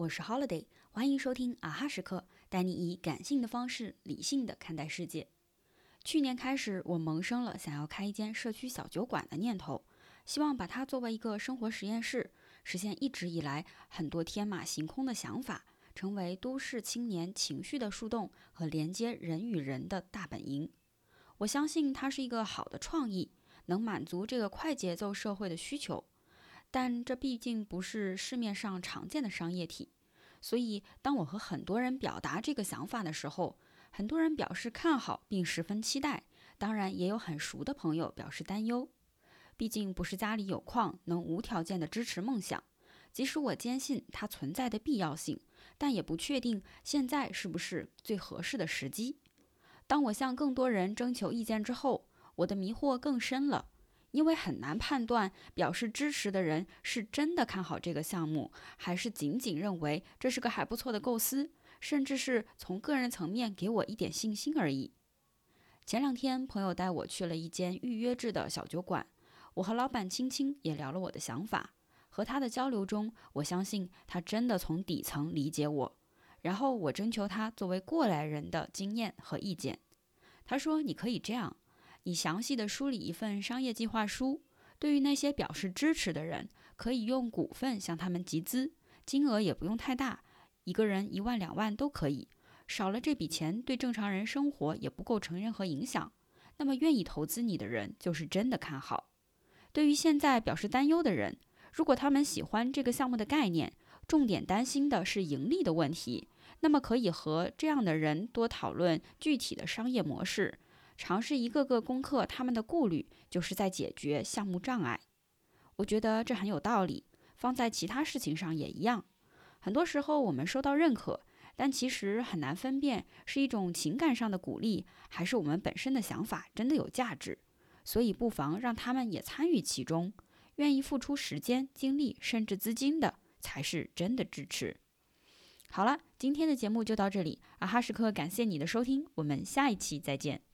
我是 Holiday， 欢迎收听啊哈时刻，带你以感性的方式理性的看待世界。去年开始，我萌生了想要开一间社区小酒馆的念头，希望把它作为一个生活实验室，实现一直以来很多天马行空的想法，成为都市青年情绪的树洞和连接人与人的大本营。我相信它是一个好的创意，能满足这个快节奏社会的需求。但这毕竟不是市面上常见的商业体，所以当我和很多人表达这个想法的时候，很多人表示看好并十分期待，当然也有很熟的朋友表示担忧。毕竟不是家里有矿能无条件的支持梦想，即使我坚信它存在的必要性，但也不确定现在是不是最合适的时机。当我向更多人征求意见之后，我的迷惑更深了。因为很难判断表示支持的人是真的看好这个项目，还是仅仅认为这是个还不错的构思，甚至是从个人层面给我一点信心而已。前2天，朋友带我去了一间预约制的小酒馆，我和老板青青也聊了我的想法。和他的交流中，我相信他真的从底层理解我。然后我征求他作为过来人的经验和意见。他说：“你可以这样。你详细的梳理一份商业计划书，对于那些表示支持的人，可以用股份向他们集资，金额也不用太大，一个人1万2万都可以，少了这笔钱对正常人生活也不构成任何影响。那么愿意投资你的人就是真的看好。对于现在表示担忧的人，如果他们喜欢这个项目的概念，重点担心的是盈利的问题，那么可以和这样的人多讨论具体的商业模式，尝试一个个攻克他们的顾虑，就是在解决项目障碍。我觉得这很有道理，放在其他事情上也一样。很多时候我们收到认可，但其实很难分辨是一种情感上的鼓励，还是我们本身的想法真的有价值。所以不妨让他们也参与其中，愿意付出时间、精力甚至资金的，才是真的支持。好了，今天的节目就到这里，啊哈时刻感谢你的收听，我们下一期再见。